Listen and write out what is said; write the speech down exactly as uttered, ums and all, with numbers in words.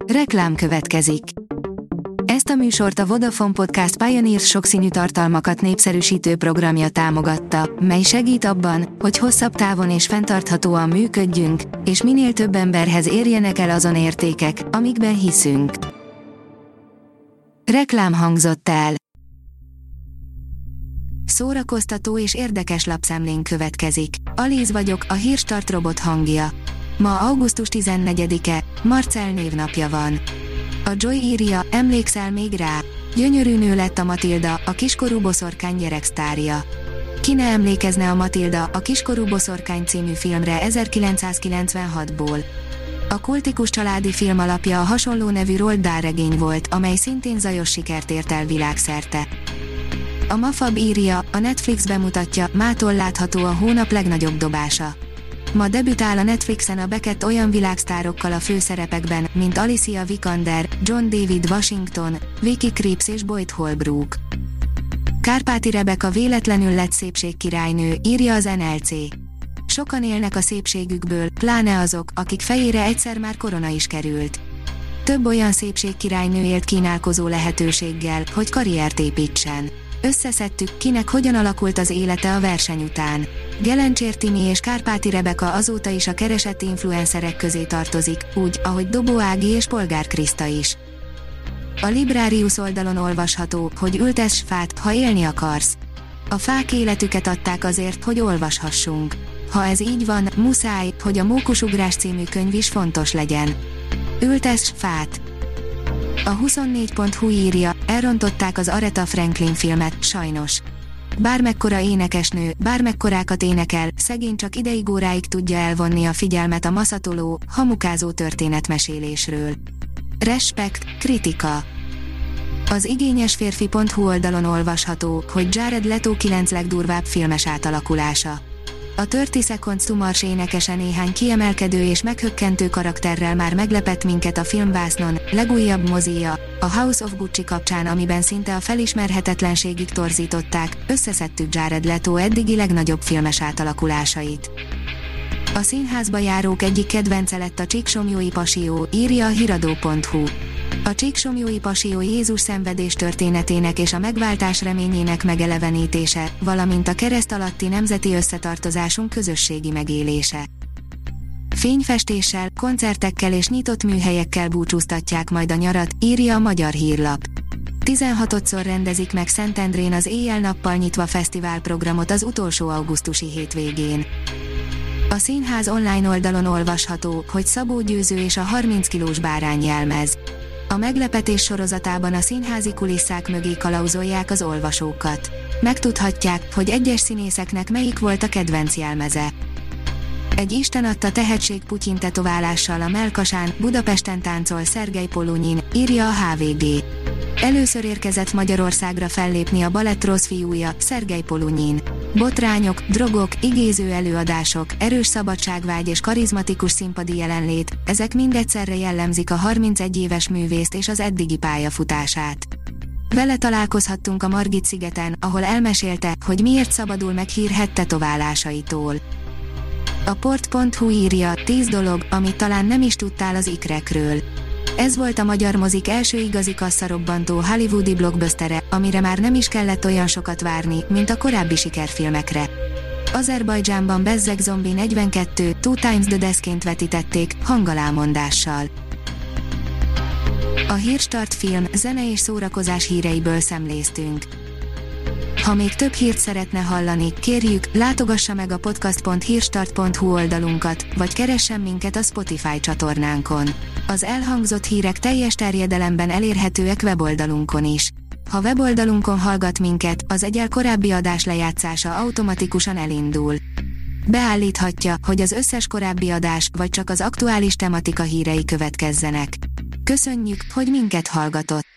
Reklám következik. Ezt a műsort a Vodafone Podcast Pioneers sokszínű tartalmakat népszerűsítő programja támogatta, mely segít abban, hogy hosszabb távon és fenntarthatóan működjünk, és minél több emberhez érjenek el azon értékek, amikben hiszünk. Reklám hangzott el. Szórakoztató és érdekes lapszemlén következik. Alíz vagyok, a Hírstart robot hangja. Ma augusztus tizennegyedike, Marcell névnapja van. A Joy írja, emlékszel még rá? Gyönyörű nő lett a Matilda, a kiskorú boszorkány gyereksztárja. Ki ne emlékezne a Matilda, a kiskorú boszorkány című filmre ezerkilencszázkilencvenhatból. A kultikus családi film alapja a hasonló nevű Roald Dahl regény volt, amely szintén zajos sikert ért el világszerte. A Mafab írja, a Netflix bemutatja, mától látható a hónap legnagyobb dobása. Ma debütál a Netflixen a Beckett olyan világsztárokkal a főszerepekben, mint Alicia Vikander, John David Washington, Vicky Krieps és Boyd Holbrook. Kárpáti Rebeka véletlenül lett szépségkirálynő, írja az en el cé. Sokan élnek a szépségükből, pláne azok, akik fejére egyszer már korona is került. Több olyan szépségkirálynő élt kínálkozó lehetőséggel, hogy karriert építsen. Összeszedtük, kinek hogyan alakult az élete a verseny után. Gelencsér Timi és Kárpáti Rebeka azóta is a keresett influencerek közé tartozik, úgy, ahogy Dobó Ági és Polgár Kriszta is. A Librarius oldalon olvasható, hogy ültess fát, ha élni akarsz. A fák életüket adták azért, hogy olvashassunk. Ha ez így van, muszáj, hogy a Mókusugrás című könyv is fontos legyen. Ültess fát. A huszonnégy pont hu írja, elrontották az Aretha Franklin filmet, sajnos. Bármekkora énekesnő, bármekkorákat énekel, szegény csak ideig óráig tudja elvonni a figyelmet a maszatoló, hamukázó történetmesélésről. Respekt, kritika. Az igényesférfi pont hu oldalon olvasható, hogy Jared Leto kilenc legdurvább filmes átalakulása. A thirty Seconds to Mars énekese néhány kiemelkedő és meghökkentő karakterrel már meglepett minket a filmvásznon, legújabb mozija, a House of Gucci kapcsán, amiben szinte a felismerhetetlenségig torzították, összeszedtük Jared Leto eddigi legnagyobb filmes átalakulásait. A színházba járók egyik kedvence lett a Csíksomlyói Passió, írja a hiradó pont hu. A Csíksomlyói Passió Jézus szenvedés történetének és a megváltás reményének megelevenítése, valamint a kereszt alatti nemzeti összetartozásunk közösségi megélése. Fényfestéssel, koncertekkel és nyitott műhelyekkel búcsúztatják majd a nyarat, írja a Magyar Hírlap. tizenhatodszor rendezik meg Szentendrén az Éjjel-nappal nyitva fesztiválprogramot az utolsó augusztusi hétvégén. A színház online oldalon olvasható, hogy Szabó Győző és a harminc kilós bárányjelmez. A meglepetés sorozatában a színházi kulisszák mögé kalauzolják az olvasókat. Megtudhatják, hogy egyes színészeknek melyik volt a kedvenc jelmeze. Egy Isten adta tehetség Putyin tetoválással a mellkasán, Budapesten táncol Szergej Polonyin, írja a há vé gé. Először érkezett Magyarországra fellépni a balett rossz fiúja, Szergej Polonyin. Botrányok, drogok, igéző előadások, erős szabadságvágy és karizmatikus színpadi jelenlét, ezek mind egyszerre jellemzik a harmincegy éves művészt és az eddigi pályafutását. Vele találkozhattunk a Margit-szigeten, ahol elmesélte, hogy miért szabadul meg hírhedt tetoválásaitól. A port pont hu írja, tíz dolog, amit talán nem is tudtál az ikrekről. Ez volt a magyar mozik első igazi kasszarobbantó hollywoodi blockbustere, amire már nem is kellett olyan sokat várni, mint a korábbi sikerfilmekre. Azerbajdzsánban Bezzeg Zombi negyvenkettő, Two Times the Deathként vetítették, hangalámondással. A Hírstart film, zene és szórakozás híreiből szemléztünk. Ha még több hírt szeretne hallani, kérjük, látogassa meg a podcast pont hírstart pont hu oldalunkat, vagy keressen minket a Spotify csatornánkon. Az elhangzott hírek teljes terjedelemben elérhetőek weboldalunkon is. Ha weboldalunkon hallgat minket, az egyel korábbi adás lejátszása automatikusan elindul. Beállíthatja, hogy az összes korábbi adás, vagy csak az aktuális tematika hírei következzenek. Köszönjük, hogy minket hallgatott!